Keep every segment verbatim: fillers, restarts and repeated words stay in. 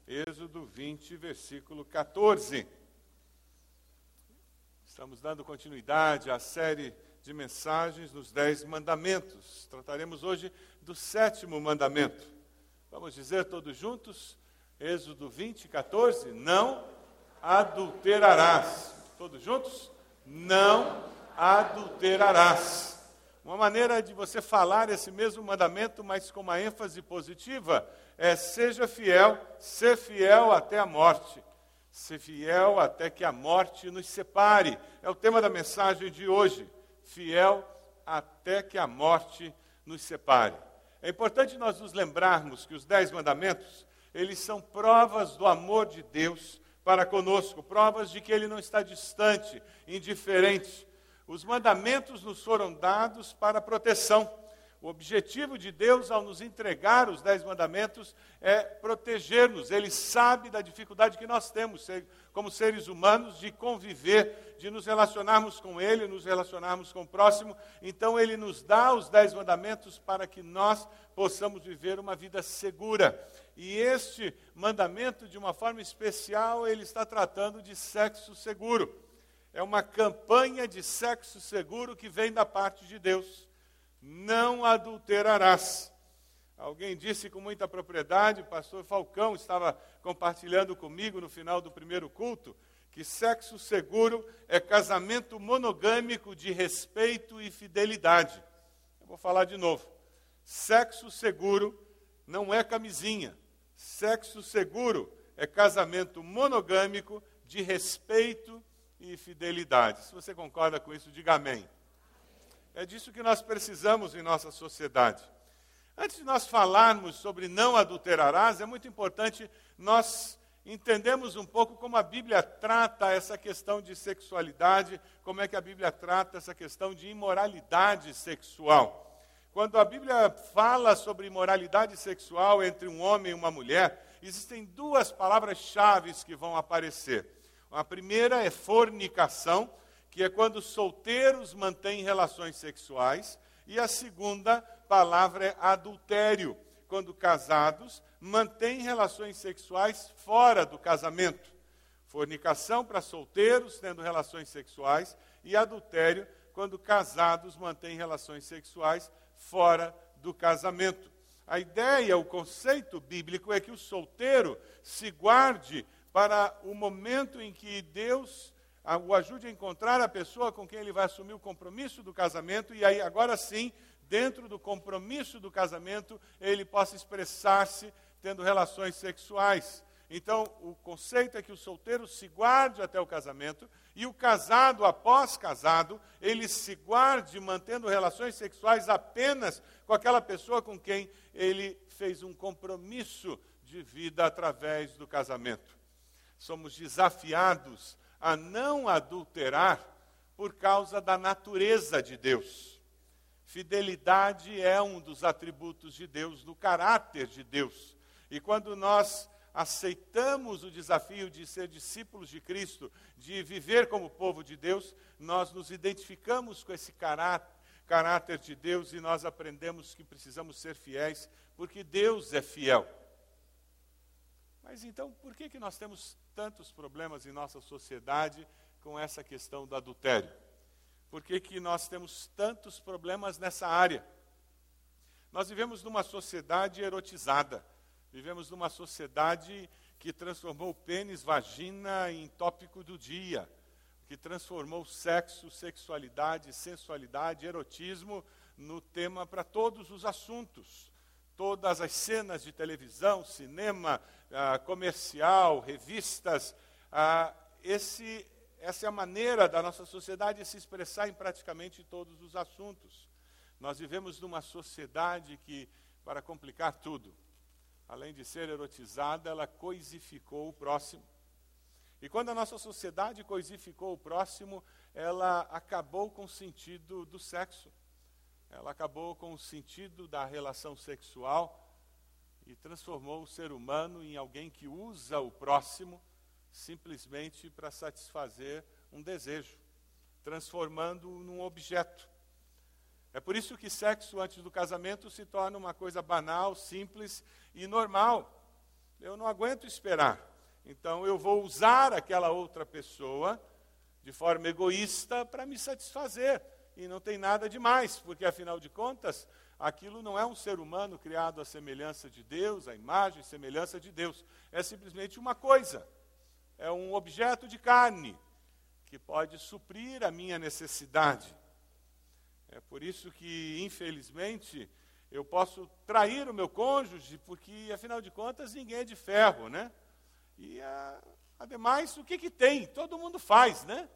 Êxodo vinte, versículo quatorze. Estamos dando continuidade à série de mensagens nos Dez Mandamentos. Trataremos hoje do sétimo mandamento. Vamos dizer todos juntos? Êxodo vinte, quatorze. Não adulterarás. Todos juntos? Não adulterarás. Uma maneira de você falar esse mesmo mandamento, mas com uma ênfase positiva, é seja fiel, ser fiel até a morte. Ser fiel até que a morte nos separe. É o tema da mensagem de hoje. Fiel até que a morte nos separe. É importante nós nos lembrarmos que os Dez Mandamentos, eles são provas do amor de Deus para conosco, provas de que Ele não está distante, indiferente. Os mandamentos nos foram dados para proteção. O objetivo de Deus ao nos entregar os Dez Mandamentos é proteger-nos. Ele sabe da dificuldade que nós temos como seres humanos de conviver, de nos relacionarmos com Ele, nos relacionarmos com o próximo. Então Ele nos dá os Dez Mandamentos para que nós possamos viver uma vida segura. E este mandamento, de uma forma especial, ele está tratando de sexo seguro. É uma campanha de sexo seguro que vem da parte de Deus. Não adulterarás. Alguém disse com muita propriedade, o pastor Falcão estava compartilhando comigo no final do primeiro culto, que sexo seguro é casamento monogâmico de respeito e fidelidade. Eu vou falar de novo. Sexo seguro não é camisinha. Sexo seguro é casamento monogâmico de respeito e fidelidade. Se você concorda com isso, diga amém. É disso que nós precisamos em nossa sociedade. Antes de nós falarmos sobre não adulterarás, é muito importante nós entendermos um pouco como a Bíblia trata essa questão de sexualidade, como é que a Bíblia trata essa questão de imoralidade sexual. Quando a Bíblia fala sobre imoralidade sexual entre um homem e uma mulher, existem duas palavras-chave que vão aparecer. A primeira é fornicação, que é quando solteiros mantêm relações sexuais. E a segunda palavra é adultério, quando casados mantêm relações sexuais fora do casamento. Fornicação para solteiros tendo relações sexuais e adultério quando casados mantêm relações sexuais fora do casamento. A ideia, o conceito bíblico é que o solteiro se guarde para o momento em que Deus o ajude a encontrar a pessoa com quem ele vai assumir o compromisso do casamento, e aí agora sim, dentro do compromisso do casamento, ele possa expressar-se tendo relações sexuais. Então, o conceito é que o solteiro se guarde até o casamento, e o casado, após casado, ele se guarde mantendo relações sexuais apenas com aquela pessoa com quem ele fez um compromisso de vida através do casamento. Somos desafiados a não adulterar por causa da natureza de Deus. Fidelidade é um dos atributos de Deus, do caráter de Deus. E quando nós aceitamos o desafio de ser discípulos de Cristo, de viver como povo de Deus, nós nos identificamos com esse caráter, caráter de Deus e nós aprendemos que precisamos ser fiéis, porque Deus é fiel. Mas então, por que que nós temos tantos problemas em nossa sociedade com essa questão do adultério? Por que que nós temos tantos problemas nessa área? Nós vivemos numa sociedade erotizada. Vivemos numa sociedade que transformou o pênis, vagina em tópico do dia. Que transformou sexo, sexualidade, sensualidade, erotismo no tema para todos os assuntos. Todas as cenas de televisão, cinema, ah, comercial, revistas, ah, esse, essa é a maneira da nossa sociedade se expressar em praticamente todos os assuntos. Nós vivemos numa sociedade que, para complicar tudo, além de ser erotizada, ela coisificou o próximo. E quando a nossa sociedade coisificou o próximo, ela acabou com o sentido do sexo. Ela acabou com o sentido da relação sexual e transformou o ser humano em alguém que usa o próximo simplesmente para satisfazer um desejo, transformando-o num objeto. É por isso que sexo antes do casamento se torna uma coisa banal, simples e normal. eu não aguento esperar. Então eu vou usar aquela outra pessoa de forma egoísta para me satisfazer. E não tem nada demais, porque afinal de contas, aquilo não é um ser humano criado à semelhança de Deus, à imagem e semelhança de Deus. É simplesmente uma coisa, é um objeto de carne, que pode suprir a minha necessidade. É por isso que, infelizmente, eu posso trair o meu cônjuge, porque, afinal de contas, ninguém é de ferro, né? E, a, ademais, o que que tem? Todo mundo faz, né?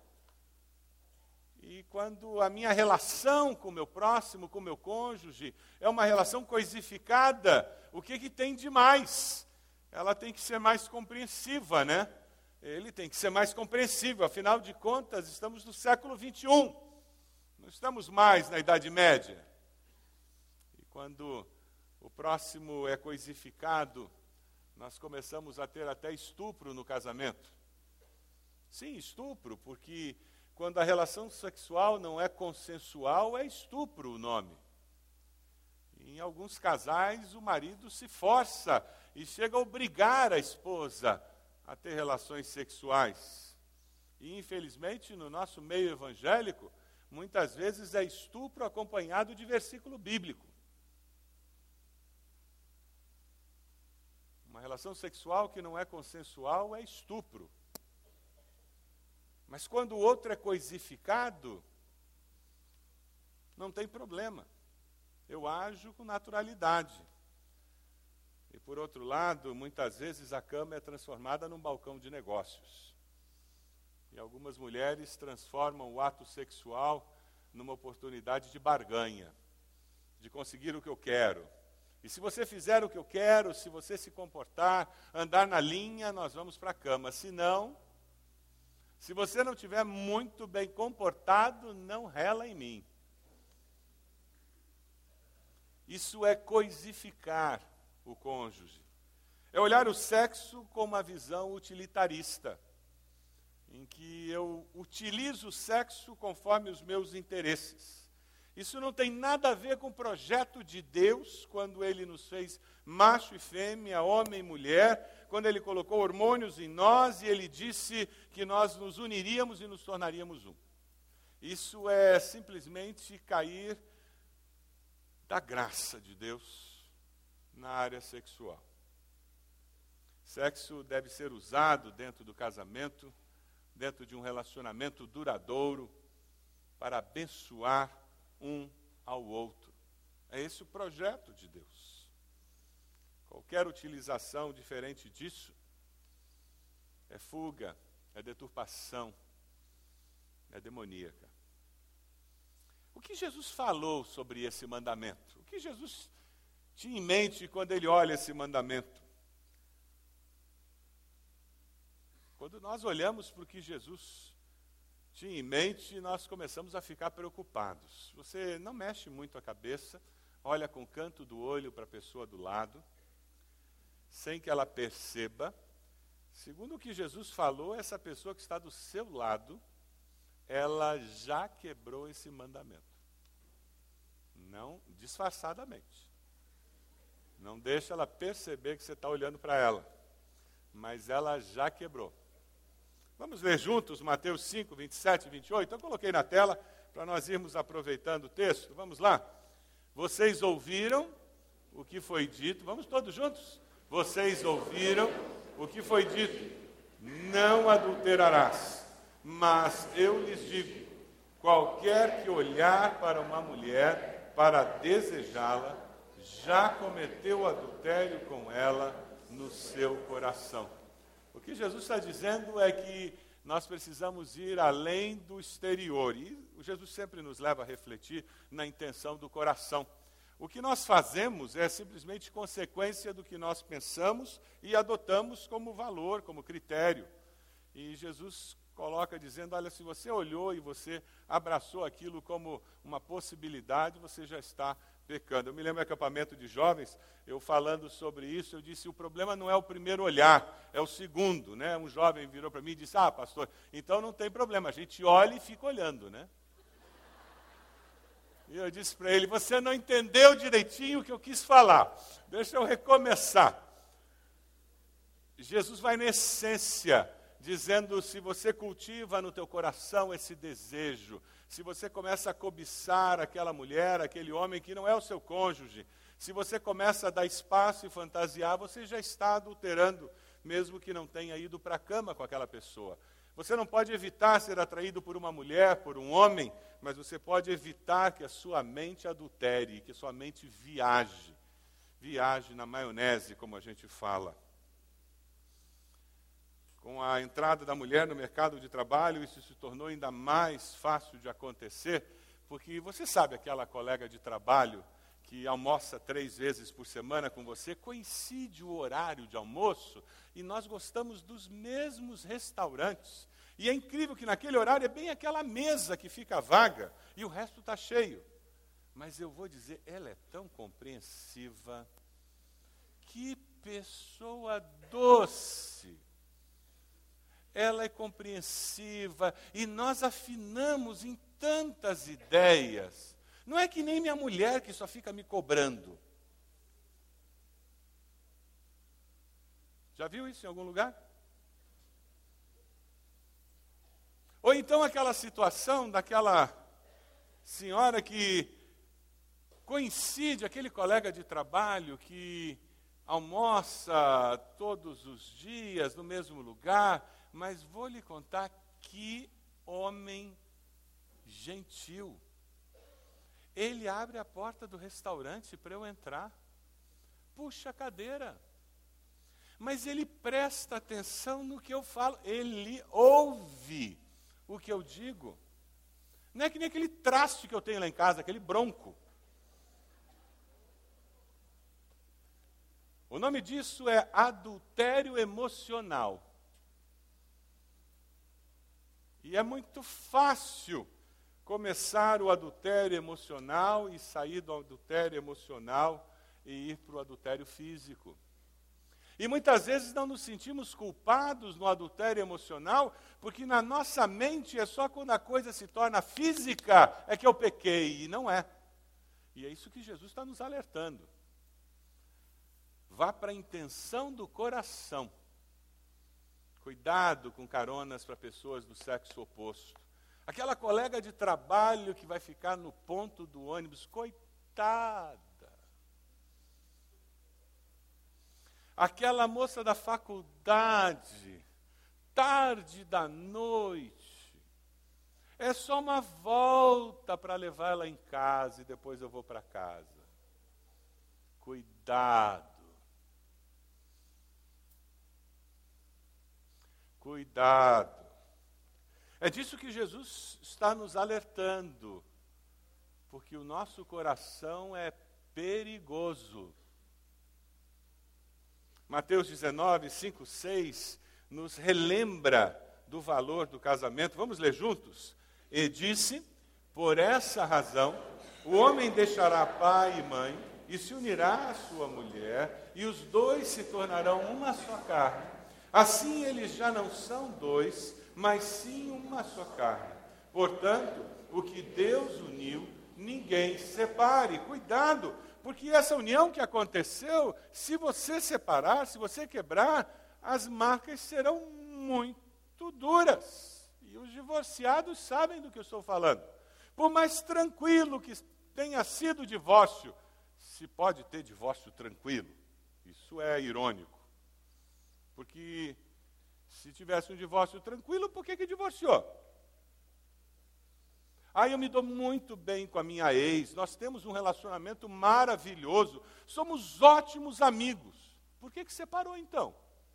E quando a minha relação com o meu próximo, com o meu cônjuge, é uma relação coisificada, o que que tem de mais? Ela tem que ser mais compreensiva, né? Ele tem que ser mais compreensível, afinal de contas, estamos no século vinte e um, não estamos mais na Idade Média. E quando o próximo é coisificado, nós começamos a ter até estupro no casamento. Sim, estupro, porque quando a relação sexual não é consensual, é estupro o nome. Em alguns casais, o marido se força e chega a obrigar a esposa a ter relações sexuais. E, infelizmente, no nosso meio evangélico, muitas vezes é estupro acompanhado de versículo bíblico. Uma relação sexual que não é consensual é estupro. Mas quando o outro é coisificado, não tem problema. Eu ajo com naturalidade. E, por outro lado, muitas vezes a cama é transformada num balcão de negócios. E algumas mulheres transformam o ato sexual numa oportunidade de barganha, de conseguir o que eu quero. E se você fizer o que eu quero, se você se comportar, andar na linha, nós vamos para a cama. Se não, se você não estiver muito bem comportado, não rela em mim. Isso é coisificar o cônjuge. É olhar o sexo com uma visão utilitarista, em que eu utilizo o sexo conforme os meus interesses. Isso não tem nada a ver com o projeto de Deus, quando Ele nos fez macho e fêmea, homem e mulher, quando Ele colocou hormônios em nós e Ele disse que nós nos uniríamos e nos tornaríamos um. Isso é simplesmente cair da graça de Deus na área sexual. Sexo deve ser usado dentro do casamento, dentro de um relacionamento duradouro, para abençoar um ao outro. É esse o projeto de Deus. Qualquer utilização diferente disso é fuga, é deturpação, é demoníaca. O que Jesus falou sobre esse mandamento? O que Jesus tinha em mente quando ele olha esse mandamento? Quando nós olhamos para o que Jesus tinha em mente, nós começamos a ficar preocupados. Você não mexe muito a cabeça, olha com o canto do olho para a pessoa do lado, sem que ela perceba. Segundo o que Jesus falou, essa pessoa que está do seu lado, ela já quebrou esse mandamento. Não disfarçadamente. Não deixa ela perceber que você está olhando para ela. Mas ela já quebrou. Vamos ler juntos Mateus cinco, vinte e sete e vinte e oito? Eu coloquei na tela para nós irmos aproveitando o texto. Vamos lá? Vocês ouviram o que foi dito. Vamos todos juntos? Vocês ouviram o que foi dito. Não adulterarás. Mas eu lhes digo, qualquer que olhar para uma mulher para desejá-la, já cometeu adultério com ela no seu coração. O que Jesus está dizendo é que nós precisamos ir além do exterior. E Jesus sempre nos leva a refletir na intenção do coração. O que nós fazemos é simplesmente consequência do que nós pensamos e adotamos como valor, como critério. E Jesus coloca dizendo, olha, se você olhou e você abraçou aquilo como uma possibilidade, você já está pecando. Eu me lembro do acampamento de jovens, eu falando sobre isso, eu disse, o problema não é o primeiro olhar, é o segundo, né? Um jovem virou para mim e disse, ah, pastor, então não tem problema, a gente olha e fica olhando, né? E eu disse para ele, você não entendeu direitinho o que eu quis falar, deixa eu recomeçar. Jesus vai na essência, dizendo, se você cultiva no teu coração esse desejo, se você começa a cobiçar aquela mulher, aquele homem que não é o seu cônjuge, se você começa a dar espaço e fantasiar, você já está adulterando, mesmo que não tenha ido para a cama com aquela pessoa. Você não pode evitar ser atraído por uma mulher, por um homem, mas você pode evitar que a sua mente adultere, que a sua mente viaje. Viaje na maionese, como a gente fala. Com a entrada da mulher no mercado de trabalho, isso se tornou ainda mais fácil de acontecer, porque você sabe aquela colega de trabalho que almoça três vezes por semana com você, coincide o horário de almoço e nós gostamos dos mesmos restaurantes. E é incrível que naquele horário é bem aquela mesa que fica vaga e o resto está cheio. Mas eu vou dizer, ela é tão compreensiva, que pessoa doce. Ela é compreensiva e nós afinamos em tantas ideias. Não é que nem minha mulher que só fica me cobrando. Já viu isso em algum lugar? Ou então aquela situação daquela senhora que coincide, aquele colega de trabalho que almoça todos os dias no mesmo lugar, mas vou lhe contar que homem gentil. Ele abre a porta do restaurante para eu entrar, puxa a cadeira, mas ele presta atenção no que eu falo, ele ouve o que eu digo. Não é que nem aquele traste que eu tenho lá em casa, aquele bronco. O nome disso é adultério emocional. E é muito fácil começar o adultério emocional e sair do adultério emocional e ir para o adultério físico. E muitas vezes não nos sentimos culpados no adultério emocional, porque na nossa mente é só quando a coisa se torna física é que eu pequei, e não é. E é isso que Jesus está nos alertando. Vá para a intenção do coração. Cuidado com caronas para pessoas do sexo oposto. Aquela colega de trabalho que vai ficar no ponto do ônibus, coitada. Aquela moça da faculdade, tarde da noite. É só uma volta para levar ela em casa e depois eu vou para casa. Cuidado. Cuidado. É disso que Jesus está nos alertando, porque o nosso coração é perigoso. Mateus dezenove, cinco, seis, nos relembra do valor do casamento. Vamos ler juntos? E disse, por essa razão, o homem deixará pai e mãe, e se unirá à sua mulher, e os dois se tornarão uma só carne. Assim eles já não são dois, mas sim uma só carne. Portanto, o que Deus uniu, ninguém separe. Cuidado, porque essa união que aconteceu, se você separar, se você quebrar, as marcas serão muito duras. E os divorciados sabem do que eu estou falando. Por mais tranquilo que tenha sido o divórcio, se pode ter divórcio tranquilo. Isso é irônico. Porque se tivesse um divórcio tranquilo, por que que divorciou? Ah, eu me dou muito bem com a minha ex, nós temos um relacionamento maravilhoso, somos ótimos amigos. Por que que separou então?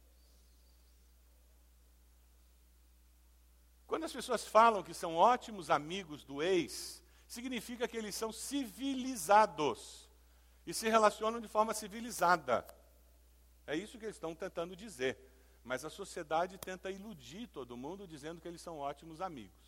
Quando as pessoas falam que são ótimos amigos do ex, significa que eles são civilizados e se relacionam de forma civilizada. É isso que eles estão tentando dizer. Mas a sociedade tenta iludir todo mundo dizendo que eles são ótimos amigos.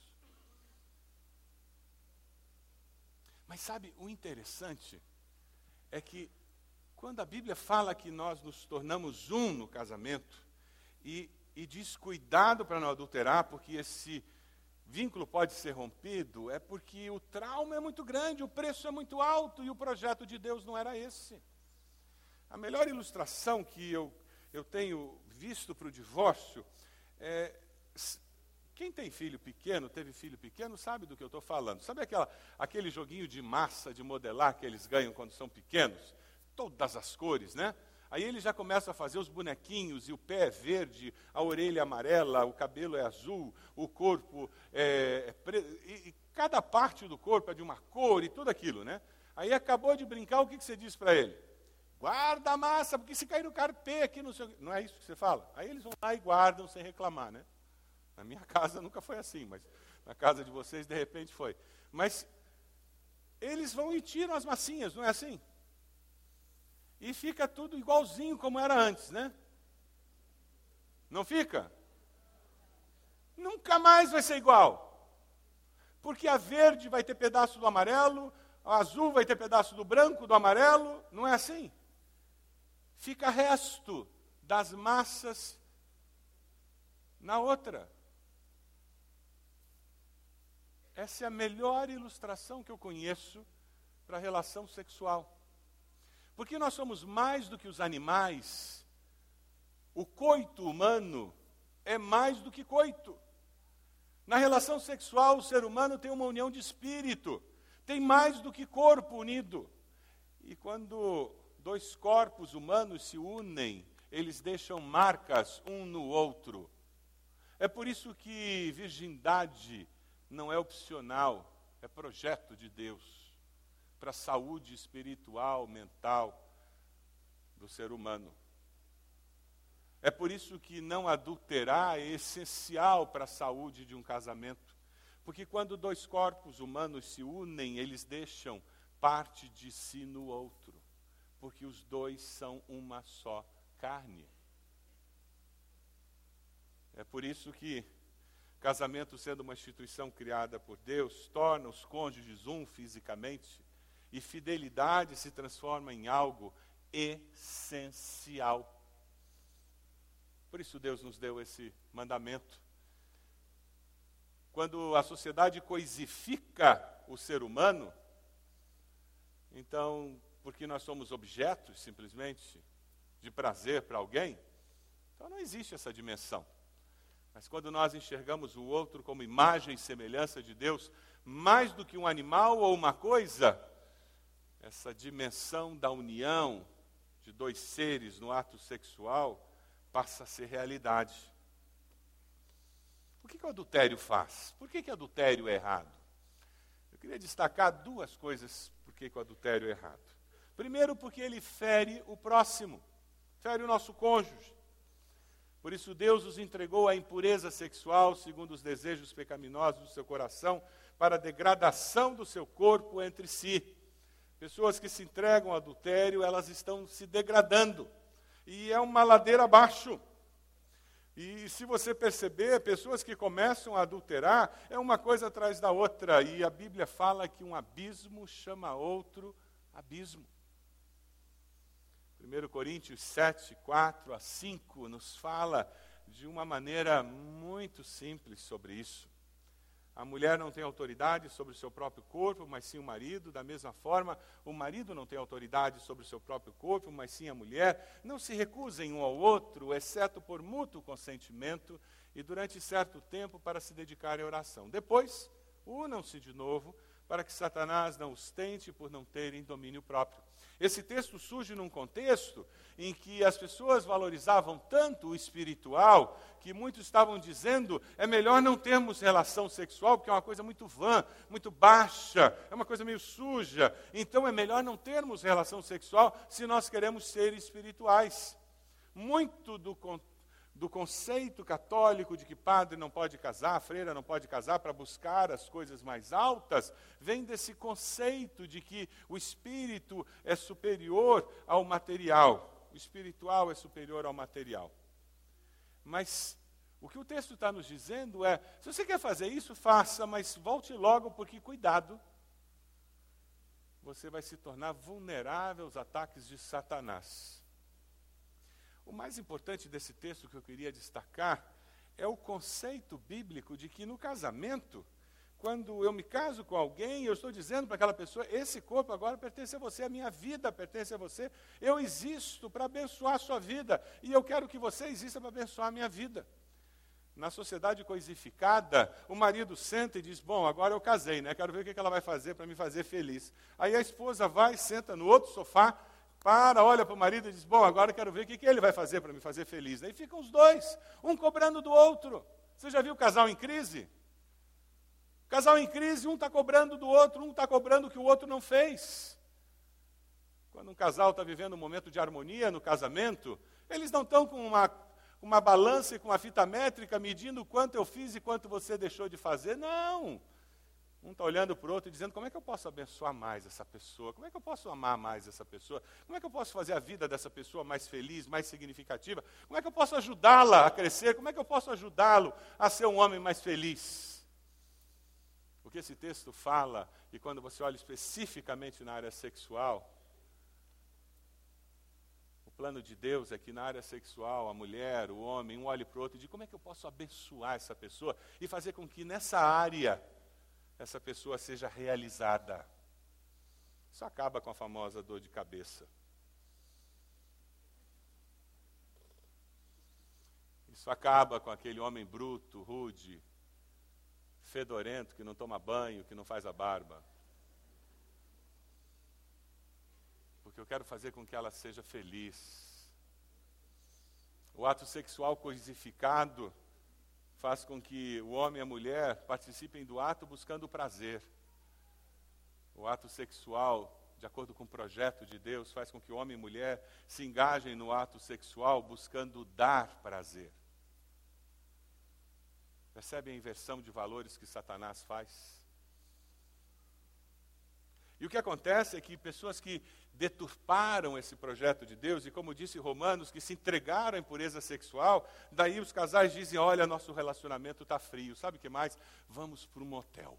Mas sabe, o interessante é que quando a Bíblia fala que nós nos tornamos um no casamento e, e diz cuidado para não adulterar, porque esse vínculo pode ser rompido, é porque o trauma é muito grande, o preço é muito alto e o projeto de Deus não era esse. A melhor ilustração que eu, eu tenho visto para o divórcio, é, quem tem filho pequeno, teve filho pequeno, sabe do que eu estou falando. Sabe aquela, aquele joguinho de massa, de modelar que eles ganham quando são pequenos? Todas as cores, né? Aí eles já começam a fazer os bonequinhos, e o pé é verde, a orelha é amarela, o cabelo é azul, o corpo é, é preto, e, e cada parte do corpo é de uma cor e tudo aquilo, né? Aí acabou de brincar, o que, que você diz para ele? Guarda a massa, porque se cair no carpê aqui no seu... Não é isso que você fala? Aí eles vão lá e guardam sem reclamar, né? Na minha casa nunca foi assim, mas na casa de vocês, de repente, foi. Mas eles vão e tiram as massinhas, não é assim? E fica tudo igualzinho como era antes, né? Não fica? Nunca mais vai ser igual. Porque a verde vai ter pedaço do amarelo, a azul vai ter pedaço do branco, do amarelo, não é assim? Fica resto das massas na outra. Essa é a melhor ilustração que eu conheço para a relação sexual. Porque nós somos mais do que os animais. O coito humano é mais do que coito. Na relação sexual, o ser humano tem uma união de espírito. Tem mais do que corpo unido. E quando dois corpos humanos se unem, eles deixam marcas um no outro. É por isso que virgindade não é opcional, é projeto de Deus para a saúde espiritual, mental do ser humano. É por isso que não adulterar é essencial para a saúde de um casamento. Porque quando dois corpos humanos se unem, eles deixam parte de si no outro. Porque os dois são uma só carne. É por isso que casamento, sendo uma instituição criada por Deus, torna os cônjuges um fisicamente, e fidelidade se transforma em algo essencial. Por isso Deus nos deu esse mandamento. Quando a sociedade coisifica o ser humano, então, porque nós somos objetos, simplesmente, de prazer para alguém, então não existe essa dimensão. Mas quando nós enxergamos o outro como imagem e semelhança de Deus, mais do que um animal ou uma coisa, essa dimensão da união de dois seres no ato sexual passa a ser realidade. O que, que o adultério faz? Por que, que o adultério é errado? Eu queria destacar duas coisas por que, que o adultério é errado. Primeiro, porque ele fere o próximo, fere o nosso cônjuge. Por isso Deus os entregou à impureza sexual, segundo os desejos pecaminosos do seu coração, para a degradação do seu corpo entre si. Pessoas que se entregam ao adultério, elas estão se degradando. E é uma ladeira abaixo. E se você perceber, pessoas que começam a adulterar, é uma coisa atrás da outra. E a Bíblia fala que um abismo chama outro abismo. primeiro Coríntios sete, quatro a cinco, nos fala de uma maneira muito simples sobre isso. A mulher não tem autoridade sobre o seu próprio corpo, mas sim o marido. Da mesma forma, o marido não tem autoridade sobre o seu próprio corpo, mas sim a mulher. Não se recusem um ao outro, exceto por mútuo consentimento e durante certo tempo para se dedicarem à oração. Depois, unam-se de novo, para que Satanás não os tente por não terem domínio próprio. Esse texto surge num contexto em que as pessoas valorizavam tanto o espiritual, que muitos estavam dizendo, é melhor não termos relação sexual, porque é uma coisa muito vã, muito baixa, é uma coisa meio suja. Então é melhor não termos relação sexual se nós queremos ser espirituais. Muito do contexto do conceito católico de que padre não pode casar, freira não pode casar para buscar as coisas mais altas, vem desse conceito de que o espírito é superior ao material. O espiritual é superior ao material. Mas o que o texto está nos dizendo é, se você quer fazer isso, faça, mas volte logo, porque cuidado, você vai se tornar vulnerável aos ataques de Satanás. O mais importante desse texto que eu queria destacar é o conceito bíblico de que no casamento Quando eu me caso com alguém, eu estou dizendo para aquela pessoa, esse corpo agora pertence a você, a minha vida pertence a você. Eu existo para abençoar a sua vida, e eu quero que você exista para abençoar a minha vida. Na sociedade coisificada, o marido senta e diz, bom, agora eu casei, né? Quero ver o que ela vai fazer para me fazer feliz. Aí a esposa vai, senta no outro sofá, para, olha para o marido e diz, bom, agora eu quero ver o que ele vai fazer para me fazer feliz. Aí ficam os dois, um cobrando do outro. Você já viu o casal em crise? Casal em crise, um está cobrando do outro, um está cobrando o que o outro não fez. Quando um casal está vivendo um momento de harmonia no casamento, eles não estão com uma... uma balança e com uma fita métrica medindo quanto eu fiz e quanto você deixou de fazer. Não! Um está olhando para o outro e dizendo, como é que eu posso abençoar mais essa pessoa? Como é que eu posso amar mais essa pessoa? Como é que eu posso fazer a vida dessa pessoa mais feliz, mais significativa? Como é que eu posso ajudá-la a crescer? Como é que eu posso ajudá-lo a ser um homem mais feliz? O que esse texto fala, e quando você olha especificamente na área sexual, o plano de Deus é que na área sexual, a mulher, o homem, um olhe para o outro e diz, como é que eu posso abençoar essa pessoa e fazer com que nessa área essa pessoa seja realizada? Isso acaba com a famosa dor de cabeça. Isso acaba com aquele homem bruto, rude, fedorento, que não toma banho, que não faz a barba. Porque eu quero fazer com que ela seja feliz. O ato sexual coisificado faz com que o homem e a mulher participem do ato buscando prazer. O ato sexual, de acordo com o projeto de Deus, faz com que o homem e a mulher se engajem no ato sexual buscando dar prazer. Percebem a inversão de valores que Satanás faz? E o que acontece é que pessoas que deturparam esse projeto de Deus, e como disse Romanos, que se entregaram à impureza sexual, daí os casais dizem, olha, nosso relacionamento está frio. Sabe o que mais? Vamos para um motel.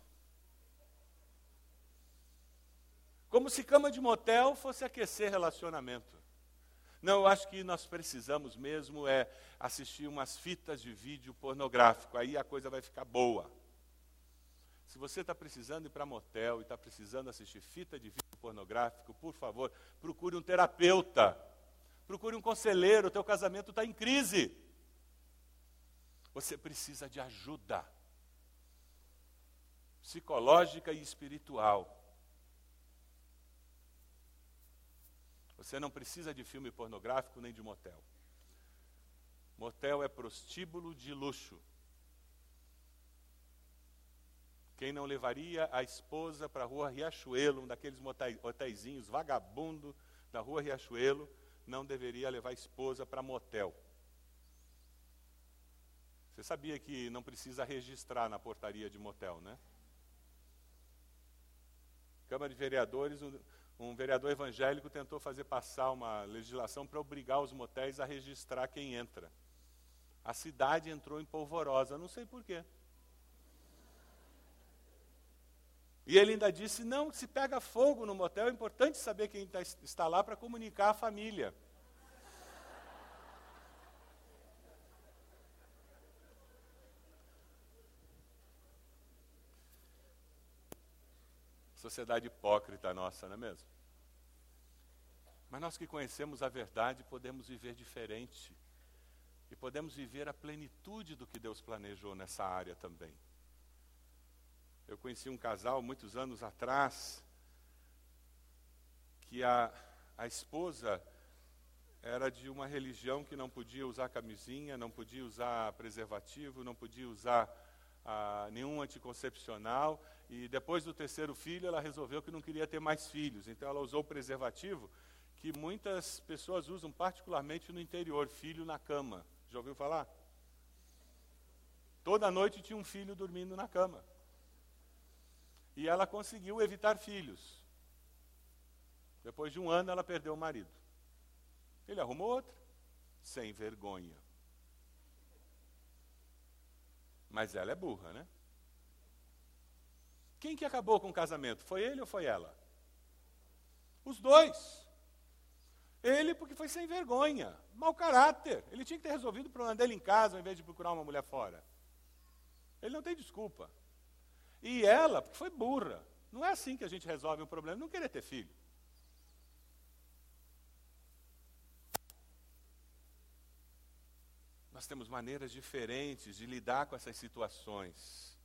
Como se cama de motel fosse aquecer relacionamento. Não, eu acho que nós precisamos mesmo é assistir umas fitas de vídeo pornográfico, aí a coisa vai ficar boa. Se você está precisando ir para motel e está precisando assistir fita de vídeo pornográfico, por favor, procure um terapeuta, procure um conselheiro, o teu casamento está em crise. Você precisa de ajuda psicológica e espiritual. Você não precisa de filme pornográfico nem de motel. Motel é prostíbulo de luxo. Quem não levaria a esposa para a rua Riachuelo, um daqueles hotéisinhos vagabundo da rua Riachuelo, não deveria levar a esposa para motel. Você sabia que não precisa registrar na portaria de motel, né? Câmara de Vereadores, um, um vereador evangélico tentou fazer passar uma legislação para obrigar os motéis a registrar quem entra. A cidade entrou em polvorosa, não sei por quê. E ele ainda disse, não, se pega fogo no motel, é importante saber quem tá, está lá para comunicar à família. Sociedade hipócrita nossa, não é mesmo? Mas nós que conhecemos a verdade, podemos viver diferente. E podemos viver a plenitude do que Deus planejou nessa área também. Eu conheci um casal, muitos anos atrás, que a, a esposa era de uma religião que não podia usar camisinha, não podia usar preservativo, não podia usar ah, nenhum anticoncepcional, e depois do terceiro filho ela resolveu que não queria ter mais filhos, então ela usou o preservativo que muitas pessoas usam, particularmente no interior, filho na cama. Já ouviu falar? Toda noite tinha um filho dormindo na cama. E ela conseguiu evitar filhos. Depois de um ano, ela perdeu o marido. Ele arrumou outro, sem vergonha. Mas ela é burra, né? Quem que acabou com o casamento? Foi ele ou foi ela? Os dois. Ele porque foi sem vergonha, mau caráter. Ele tinha que ter resolvido o problema dele em casa, ao invés de procurar uma mulher fora. Ele não tem desculpa. E ela, porque foi burra. Não é assim que a gente resolve um problema, não querer ter filho. Nós temos maneiras diferentes de lidar com essas situações.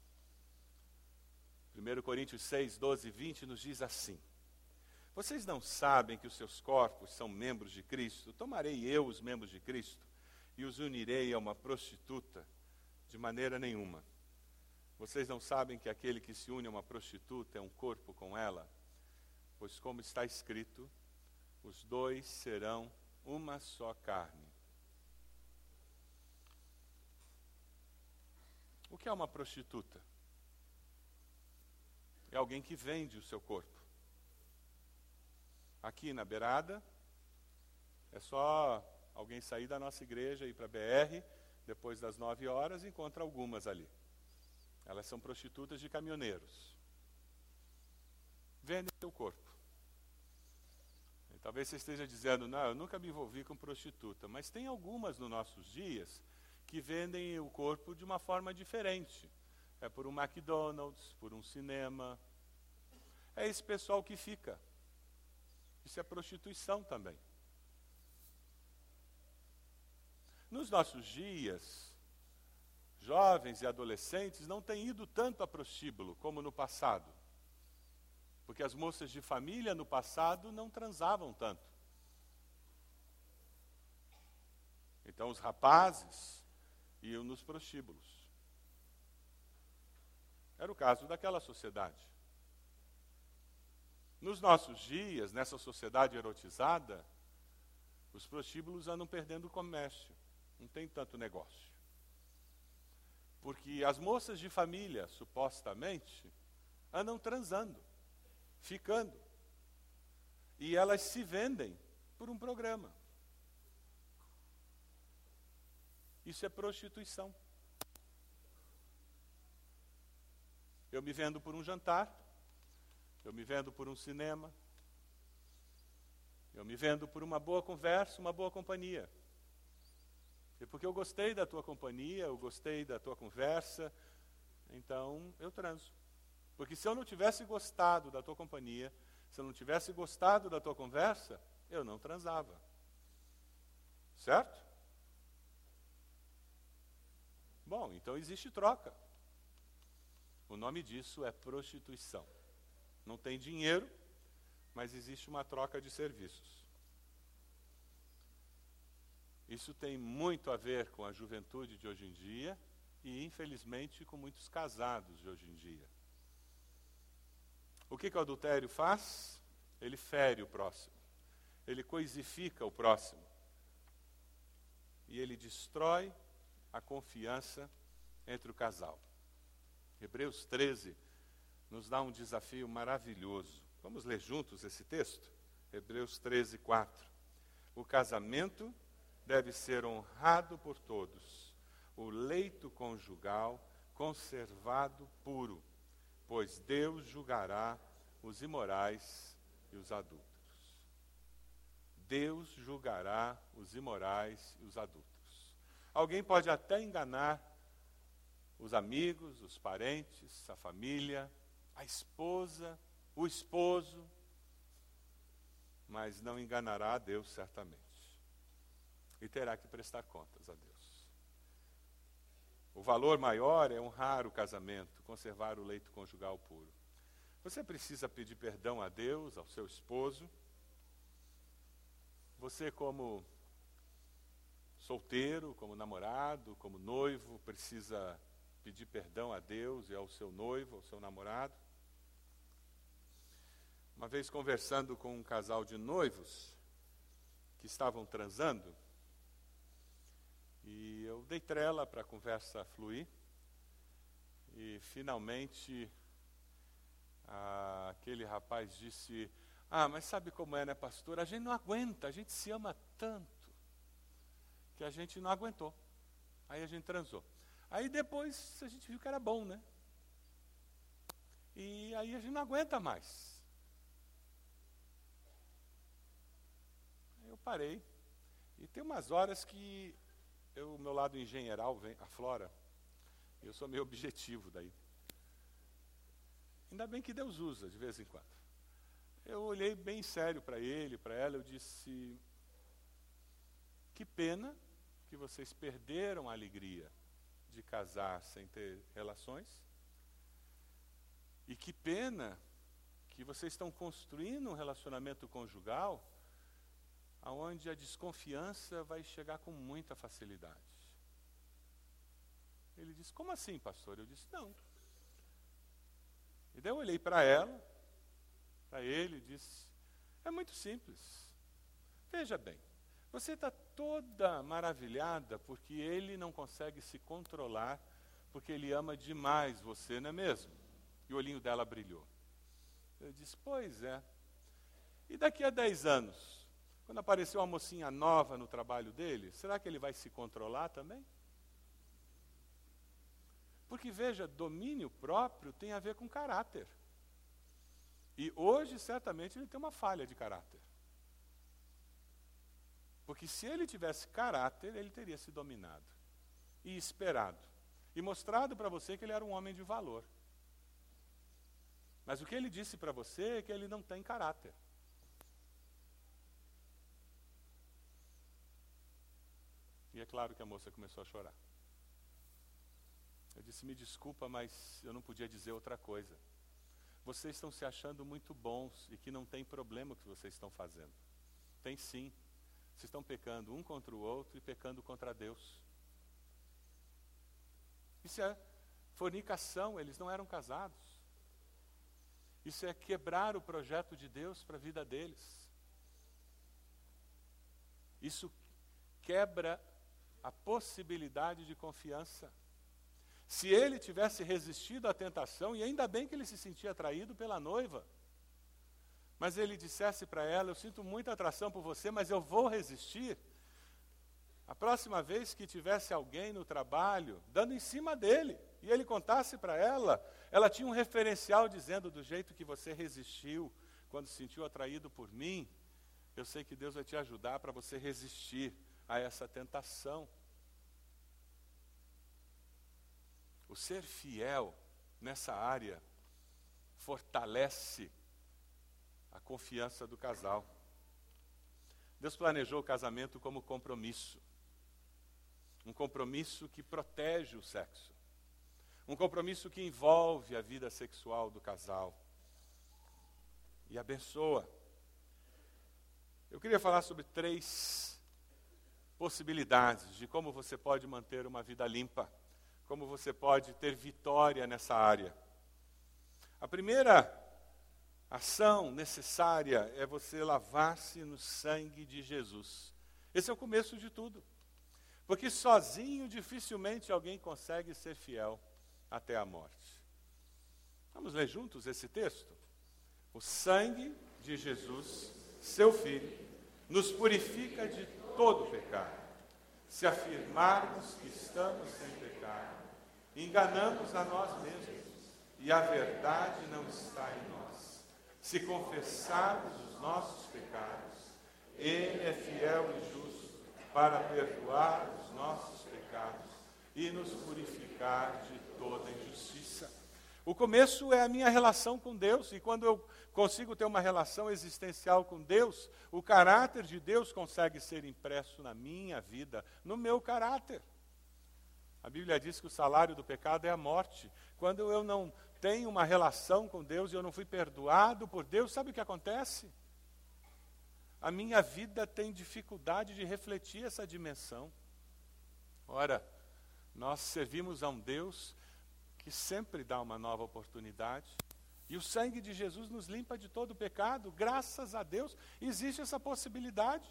primeiro Coríntios seis, doze e vinte nos diz assim: vocês não sabem que os seus corpos são membros de Cristo? Tomarei eu os membros de Cristo e os unirei a uma prostituta? De maneira nenhuma. Vocês não sabem que aquele que se une a uma prostituta é um corpo com ela? Pois como está escrito, os dois serão uma só carne. O que é uma prostituta? É alguém que vende o seu corpo. Aqui na beirada, é só alguém sair da nossa igreja e ir para a B R, depois das nove horas, e encontra algumas ali. Elas são prostitutas de caminhoneiros. Vendem seu corpo. E talvez você esteja dizendo, não, eu nunca me envolvi com prostituta, mas tem algumas nos nossos dias que vendem o corpo de uma forma diferente. É por um McDonald's, por um cinema. É esse pessoal que fica. Isso é prostituição também. Nos nossos dias, jovens e adolescentes não têm ido tanto a prostíbulo como no passado. Porque as moças de família no passado não transavam tanto. Então os rapazes iam nos prostíbulos. Era o caso daquela sociedade. Nos nossos dias, nessa sociedade erotizada, os prostíbulos andam perdendo o comércio. Não tem tanto negócio. Porque as moças de família, supostamente, andam transando, ficando. E elas se vendem por um programa. Isso é prostituição. Eu me vendo por um jantar, eu me vendo por um cinema, eu me vendo por uma boa conversa, uma boa companhia. E porque eu gostei da tua companhia, eu gostei da tua conversa, então eu transo. Porque se eu não tivesse gostado da tua companhia, se eu não tivesse gostado da tua conversa, eu não transava. Certo? Bom, então existe troca. O nome disso é prostituição. Não tem dinheiro, mas existe uma troca de serviços. Isso tem muito a ver com a juventude de hoje em dia e, infelizmente, com muitos casados de hoje em dia. O que, que o adultério faz? Ele fere o próximo. Ele coisifica o próximo. E ele destrói a confiança entre o casal. Hebreus treze nos dá um desafio maravilhoso. Vamos ler juntos esse texto? Hebreus treze, quatro. O casamento deve ser honrado por todos, o leito conjugal conservado puro, pois Deus julgará os imorais e os adúlteros. Deus julgará os imorais e os adúlteros. Alguém pode até enganar os amigos, os parentes, a família, a esposa, o esposo, mas não enganará a Deus certamente. E terá que prestar contas a Deus. O valor maior é honrar o casamento, conservar o leito conjugal puro. Você precisa pedir perdão a Deus, ao seu esposo. Você, como solteiro, como namorado, como noivo, precisa pedir perdão a Deus e ao seu noivo, ao seu namorado. Uma vez conversando com um casal de noivos que estavam transando, e eu dei trela para a conversa fluir, e finalmente ah, aquele rapaz disse, ah, mas sabe como é, né, pastor? A gente não aguenta, a gente se ama tanto, que a gente não aguentou. Aí a gente transou. Aí depois a gente viu que era bom, né? E aí a gente não aguenta mais. Eu parei. E tem umas horas que eu, o meu lado engenheiral vem, aflora. E eu sou meio objetivo daí. Ainda bem que Deus usa de vez em quando. Eu olhei bem sério para ele, para ela, eu disse, que pena que vocês perderam a alegria de casar sem ter relações, e que pena que vocês estão construindo um relacionamento conjugal onde a desconfiança vai chegar com muita facilidade. Ele disse, como assim, pastor? Eu disse, não. E daí eu olhei para ela, para ele, e disse, é muito simples. Veja bem, você está toda maravilhada porque ele não consegue se controlar, porque ele ama demais você, não é mesmo? E o olhinho dela brilhou. Eu disse, pois é. E daqui a dez anos, quando aparecer uma mocinha nova no trabalho dele, será que ele vai se controlar também? Porque, veja, domínio próprio tem a ver com caráter. E hoje, certamente, ele tem uma falha de caráter. Porque se ele tivesse caráter, ele teria se dominado. E esperado. E mostrado para você que ele era um homem de valor. Mas o que ele disse para você é que ele não tem caráter. E é claro que a moça começou a chorar. Eu disse, me desculpa, mas eu não podia dizer outra coisa. Vocês estão se achando muito bons e que não tem problema o que vocês estão fazendo. Tem sim. Vocês estão pecando um contra o outro e pecando contra Deus. Isso é fornicação, eles não eram casados. Isso é quebrar o projeto de Deus para a vida deles. Isso quebra a possibilidade de confiança. Se ele tivesse resistido à tentação, e ainda bem que ele se sentia atraído pela noiva, mas ele dissesse para ela, eu sinto muita atração por você, mas eu vou resistir. A próxima vez que tivesse alguém no trabalho, dando em cima dele, e ele contasse para ela, ela tinha um referencial dizendo, do jeito que você resistiu, quando se sentiu atraído por mim, eu sei que Deus vai te ajudar para você resistir a essa tentação. O ser fiel nessa área fortalece a confiança do casal. Deus planejou o casamento como compromisso. Um compromisso que protege o sexo. Um compromisso que envolve a vida sexual do casal. E abençoa. Eu queria falar sobre três possibilidades de como você pode manter uma vida limpa. Como você pode ter vitória nessa área. A primeira ação necessária é você lavar-se no sangue de Jesus. Esse é o começo de tudo. Porque sozinho dificilmente alguém consegue ser fiel até a morte. Vamos ler juntos esse texto? O sangue de Jesus, seu Filho, nos purifica de todo pecado. Se afirmarmos que estamos sem pecado, enganamos a nós mesmos, e a verdade não está em nós. Se confessarmos os nossos pecados, Ele é fiel e justo para perdoar os nossos pecados e nos purificar de toda injustiça. O começo é a minha relação com Deus, e quando eu consigo ter uma relação existencial com Deus, o caráter de Deus consegue ser impresso na minha vida, no meu caráter. A Bíblia diz que o salário do pecado é a morte. Quando eu não tenho uma relação com Deus e eu não fui perdoado por Deus, sabe o que acontece? A minha vida tem dificuldade de refletir essa dimensão. Ora, nós servimos a um Deus que sempre dá uma nova oportunidade. E o sangue de Jesus nos limpa de todo o pecado. Graças a Deus existe essa possibilidade.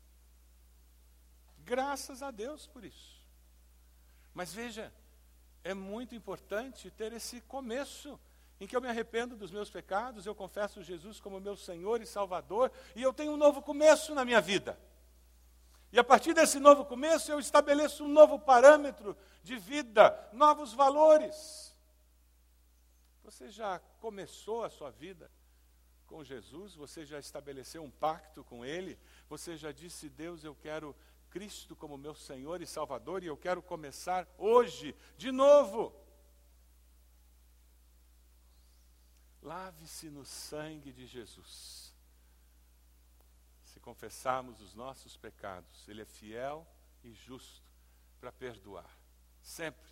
Graças a Deus por isso. Mas veja, é muito importante ter esse começo, em que eu me arrependo dos meus pecados, eu confesso Jesus como meu Senhor e Salvador, e eu tenho um novo começo na minha vida. E a partir desse novo começo, eu estabeleço um novo parâmetro de vida, novos valores. Você já começou a sua vida com Jesus? Você já estabeleceu um pacto com Ele? Você já disse, Deus, eu quero Cristo como meu Senhor e Salvador, e eu quero começar hoje, de novo. Lave-se no sangue de Jesus. Se confessarmos os nossos pecados, Ele é fiel e justo para perdoar, sempre.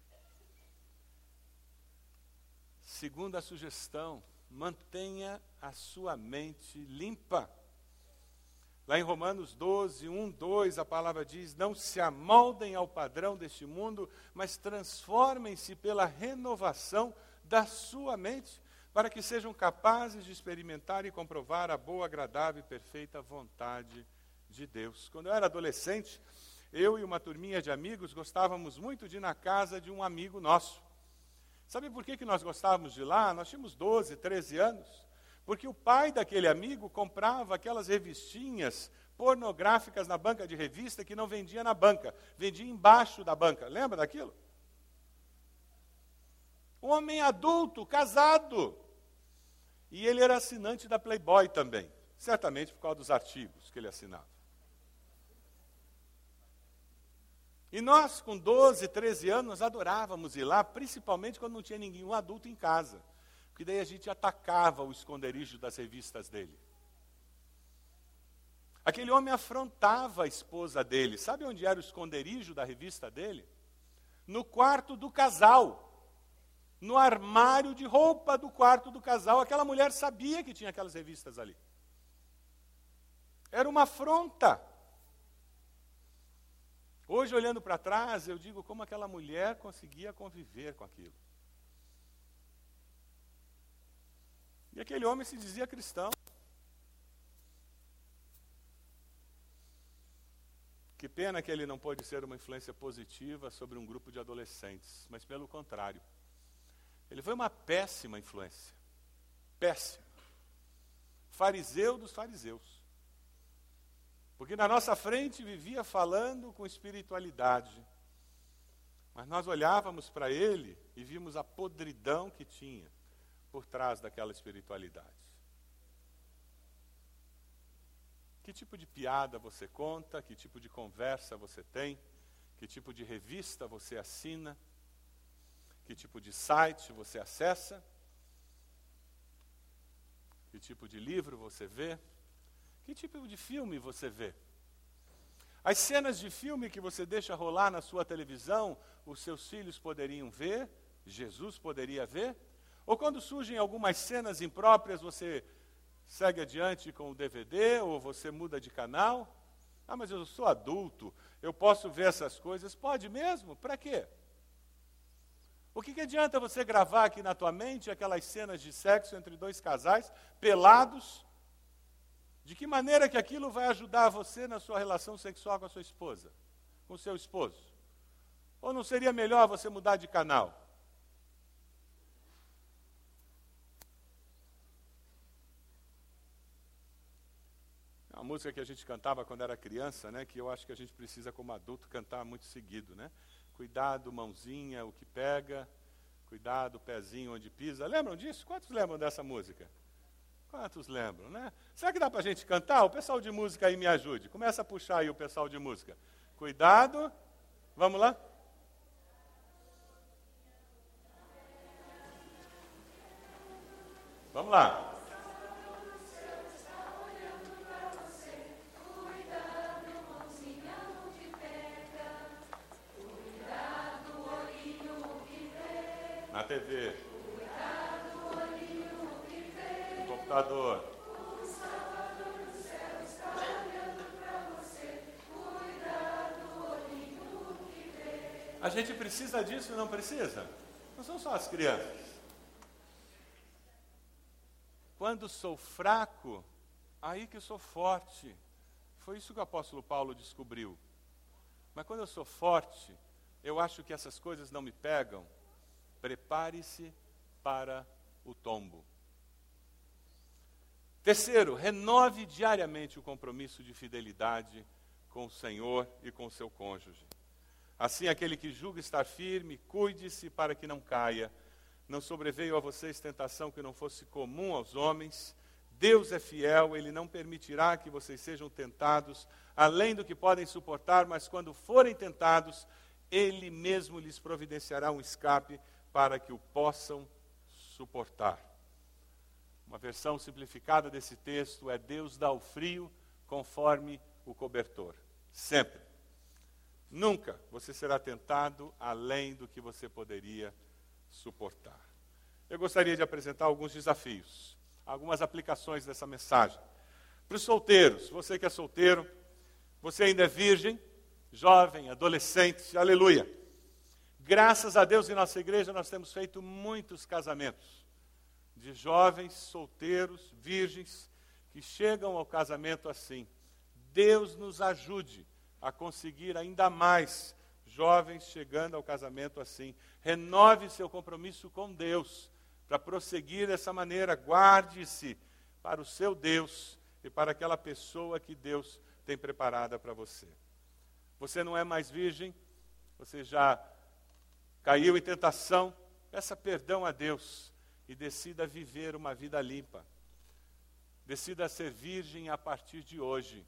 Segunda sugestão, mantenha a sua mente limpa. Lá em Romanos doze, um, dois, a palavra diz, não se amoldem ao padrão deste mundo, mas transformem-se pela renovação da sua mente, para que sejam capazes de experimentar e comprovar a boa, agradável e perfeita vontade de Deus. Quando eu era adolescente, eu e uma turminha de amigos gostávamos muito de ir na casa de um amigo nosso. Sabe por que que nós gostávamos de ir lá? Nós tínhamos doze, treze anos. Porque o pai daquele amigo comprava aquelas revistinhas pornográficas na banca de revista que não vendia na banca, vendia embaixo da banca. Lembra daquilo? Um homem adulto, casado. E ele era assinante da Playboy também, certamente por causa dos artigos que ele assinava. E nós, com doze, treze anos, adorávamos ir lá, principalmente quando não tinha nenhum adulto em casa. Porque daí a gente atacava o esconderijo das revistas dele. Aquele homem afrontava a esposa dele. Sabe onde era o esconderijo da revista dele? No quarto do casal. No armário de roupa do quarto do casal. Aquela mulher sabia que tinha aquelas revistas ali. Era uma afronta. Hoje, olhando para trás, eu digo como aquela mulher conseguia conviver com aquilo. E aquele homem se dizia cristão. Que pena que ele não pôde ser uma influência positiva sobre um grupo de adolescentes, mas pelo contrário. Ele foi uma péssima influência. Péssima. Fariseu dos fariseus. Porque na nossa frente vivia falando com espiritualidade. Mas nós olhávamos para ele e vimos a podridão que tinha por trás daquela espiritualidade. Que tipo de piada você conta? Que tipo de conversa você tem? Que tipo de revista você assina? Que tipo de site você acessa? Que tipo de livro você vê? Que tipo de filme você vê? As cenas de filme que você deixa rolar na sua televisão, os seus filhos poderiam ver? Jesus poderia ver? Ou quando surgem algumas cenas impróprias, você segue adiante com o D V D, ou você muda de canal? Ah, mas eu sou adulto, eu posso ver essas coisas. Pode mesmo? Para quê? O que, que adianta você gravar aqui na tua mente aquelas cenas de sexo entre dois casais, pelados? De que maneira que aquilo vai ajudar você na sua relação sexual com a sua esposa, com o seu esposo? Ou não seria melhor você mudar de canal? Uma música que a gente cantava quando era criança, né, que eu acho que a gente precisa, como adulto, cantar muito seguido, né? Cuidado, mãozinha, o que pega, cuidado, pezinho onde pisa. Lembram disso? Quantos lembram dessa música? Quantos lembram, né? Será que dá para a gente cantar? O pessoal de música aí me ajude. Começa a puxar aí o pessoal de música. Cuidado, vamos lá? Vamos lá. Na T V. No computador. A gente precisa disso, não precisa? Não são só as crianças. Quando sou fraco, aí que sou forte. Foi isso que o apóstolo Paulo descobriu. Mas quando eu sou forte, eu acho que essas coisas não me pegam. Prepare-se para o tombo. Terceiro, renove diariamente o compromisso de fidelidade com o Senhor e com o seu cônjuge. Assim, aquele que julga estar firme, cuide-se para que não caia. Não sobreveio a vocês tentação que não fosse comum aos homens. Deus é fiel, Ele não permitirá que vocês sejam tentados, além do que podem suportar, mas quando forem tentados, Ele mesmo lhes providenciará um escape para que o possam suportar. Uma versão simplificada desse texto é: Deus dá o frio conforme o cobertor. Sempre. Nunca você será tentado além do que você poderia suportar. Eu gostaria de apresentar alguns desafios, algumas aplicações dessa mensagem. Para os solteiros, você que é solteiro, você ainda é virgem, jovem, adolescente, aleluia. Graças a Deus, em nossa igreja, nós temos feito muitos casamentos de jovens, solteiros, virgens, que chegam ao casamento assim. Deus nos ajude a conseguir ainda mais jovens chegando ao casamento assim. Renove seu compromisso com Deus para prosseguir dessa maneira. Guarde-se para o seu Deus e para aquela pessoa que Deus tem preparada para você. Você não é mais virgem, você já caiu em tentação, peça perdão a Deus e decida viver uma vida limpa. Decida ser virgem a partir de hoje.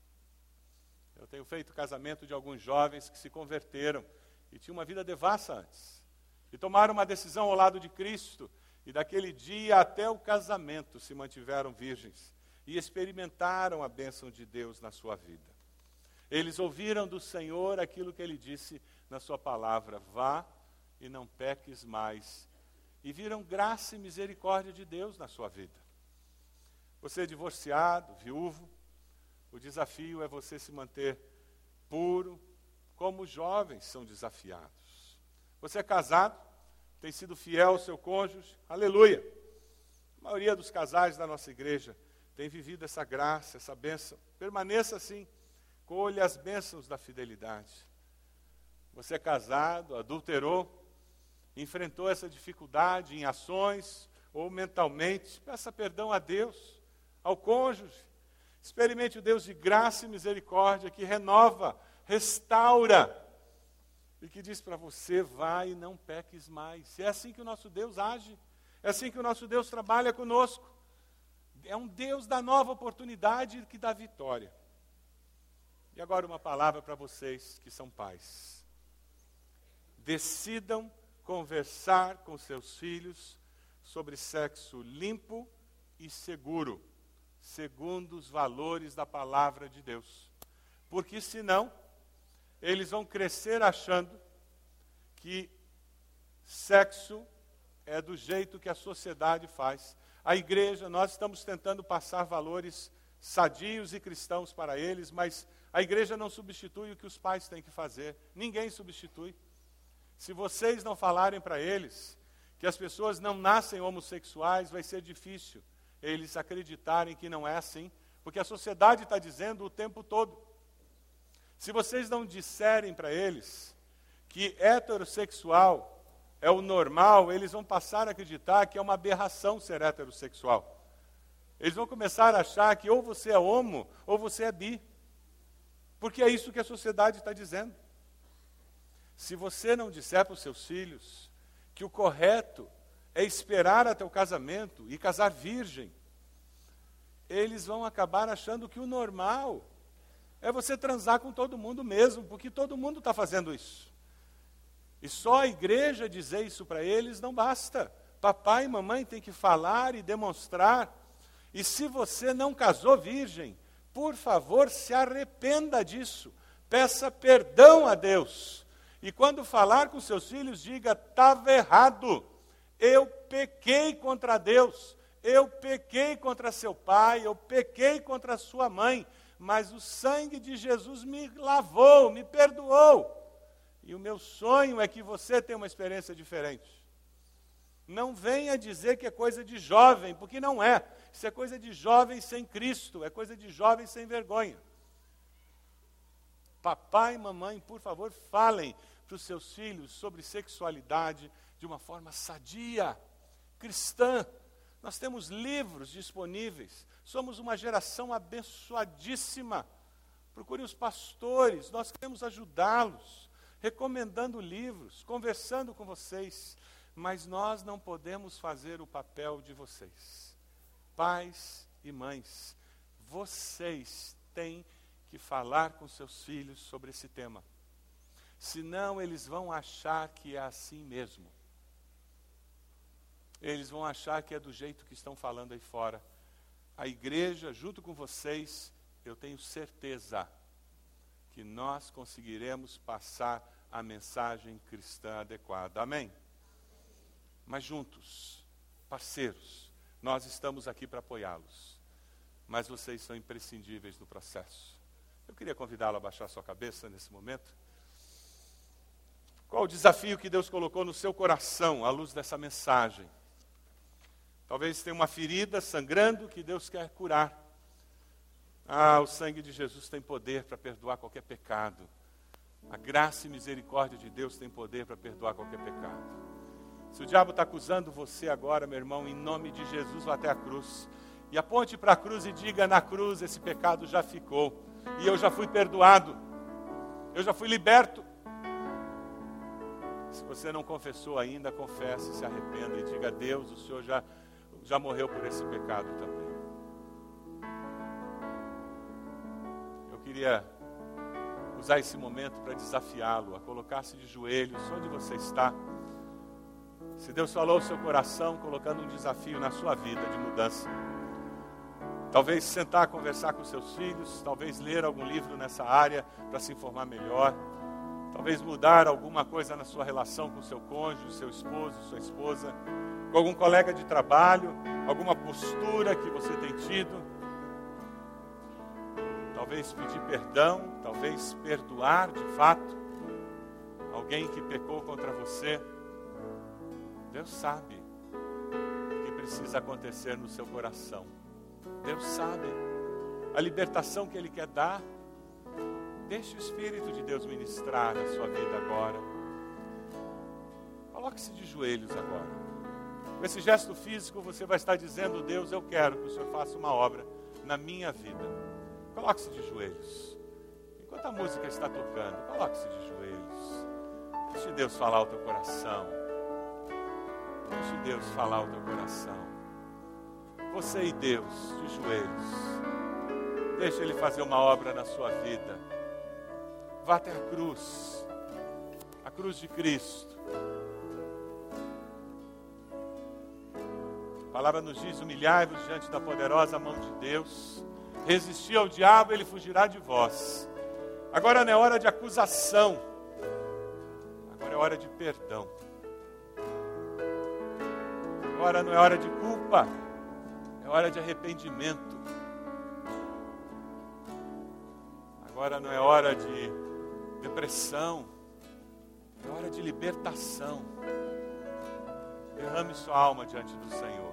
Eu tenho feito casamento de alguns jovens que se converteram e tinham uma vida devassa antes. E tomaram uma decisão ao lado de Cristo e daquele dia até o casamento se mantiveram virgens e experimentaram a bênção de Deus na sua vida. Eles ouviram do Senhor aquilo que Ele disse na sua palavra: vá e não peques mais. E viram graça e misericórdia de Deus na sua vida. Você é divorciado, viúvo, o desafio é você se manter puro, como os jovens são desafiados. Você é casado, tem sido fiel ao seu cônjuge, aleluia. A maioria dos casais da nossa igreja tem vivido essa graça, essa bênção. Permaneça assim, colhe as bênçãos da fidelidade. Você é casado, adulterou, enfrentou essa dificuldade em ações ou mentalmente, peça perdão a Deus, ao cônjuge. Experimente o Deus de graça e misericórdia que renova, restaura e que diz para você: vai e não peques mais. É assim que o nosso Deus age, é assim que o nosso Deus trabalha conosco. É um Deus da nova oportunidade que dá vitória. E agora uma palavra para vocês que são pais. Decidam conversar com seus filhos sobre sexo limpo e seguro, segundo os valores da palavra de Deus. Porque senão, eles vão crescer achando que sexo é do jeito que a sociedade faz. A igreja, nós estamos tentando passar valores sadios e cristãos para eles, mas a igreja não substitui o que os pais têm que fazer. Ninguém substitui. Se vocês não falarem para eles que as pessoas não nascem homossexuais, vai ser difícil eles acreditarem que não é assim, porque a sociedade está dizendo o tempo todo. Se vocês não disserem para eles que heterossexual é o normal, eles vão passar a acreditar que é uma aberração ser heterossexual. Eles vão começar a achar que ou você é homo ou você é bi, porque é isso que a sociedade está dizendo. Se você não disser para os seus filhos que o correto é esperar até o casamento e casar virgem, eles vão acabar achando que o normal é você transar com todo mundo mesmo, porque todo mundo está fazendo isso. E só a igreja dizer isso para eles não basta. Papai e mamãe têm que falar e demonstrar. E se você não casou virgem, por favor, se arrependa disso. Peça perdão a Deus. E quando falar com seus filhos, diga: estava errado. Eu pequei contra Deus. Eu pequei contra seu pai. Eu pequei contra sua mãe. Mas o sangue de Jesus me lavou, me perdoou. E o meu sonho é que você tenha uma experiência diferente. Não venha dizer que é coisa de jovem, porque não é. Isso é coisa de jovem sem Cristo, é coisa de jovem sem vergonha. Papai e mamãe, por favor, falem para os seus filhos sobre sexualidade de uma forma sadia, cristã. Nós temos livros disponíveis, somos uma geração abençoadíssima. Procure os pastores, nós queremos ajudá-los, recomendando livros, conversando com vocês, mas nós não podemos fazer o papel de vocês. Pais e mães, vocês têm que falar com seus filhos sobre esse tema. Senão eles vão achar que é assim mesmo. eles vão achar que é do jeito que estão falando aí fora. A igreja, junto com vocês, eu tenho certeza que nós conseguiremos passar a mensagem cristã adequada. Amém? Mas juntos, parceiros, nós estamos aqui para apoiá-los. Mas vocês são imprescindíveis no processo. Eu queria convidá-lo a baixar sua cabeça nesse momento. Qual o desafio que Deus colocou no seu coração à luz dessa mensagem? Talvez tenha uma ferida sangrando que Deus quer curar. Ah, o sangue de Jesus tem poder para perdoar qualquer pecado. A graça e misericórdia de Deus tem poder para perdoar qualquer pecado. Se o diabo está acusando você agora, meu irmão, em nome de Jesus, vá até a cruz. E aponte para a cruz e diga: na cruz esse pecado já ficou. E eu já fui perdoado. Eu já fui liberto. Se você não confessou ainda, confesse, se arrependa e diga: Deus, o Senhor já, já morreu por esse pecado também. Eu queria usar esse momento para desafiá-lo a colocar-se de joelhos onde você está. Se Deus falou ao seu coração, colocando um desafio na sua vida de mudança. Talvez sentar, conversar com seus filhos, talvez ler algum livro nessa área para se informar melhor. Talvez mudar alguma coisa na sua relação com seu cônjuge, seu esposo, sua esposa, com algum colega de trabalho, alguma postura que você tem tido. Talvez pedir perdão, talvez perdoar de fato alguém que pecou contra você. Deus sabe o que precisa acontecer no seu coração. Deus sabe a libertação que Ele quer dar. Deixe o Espírito de Deus ministrar na sua vida agora. Coloque-se de joelhos agora. Com esse gesto físico você vai estar dizendo: Deus, eu quero que o Senhor faça uma obra na minha vida. Coloque-se de joelhos. Enquanto a música está tocando, coloque-se de joelhos. Deixe Deus falar ao teu coração. Deixe Deus falar ao teu coração. Você e Deus, de joelhos. Deixe Ele fazer uma obra na sua vida. Vá até a cruz. A cruz de Cristo. A palavra nos diz: humilhai-vos diante da poderosa mão de Deus. Resistir ao diabo, ele fugirá de vós. Agora não é hora de acusação. Agora é hora de perdão. Agora não é hora de culpa. É hora de arrependimento. Agora não é hora de depressão. É hora de libertação. Derrame sua alma diante do Senhor.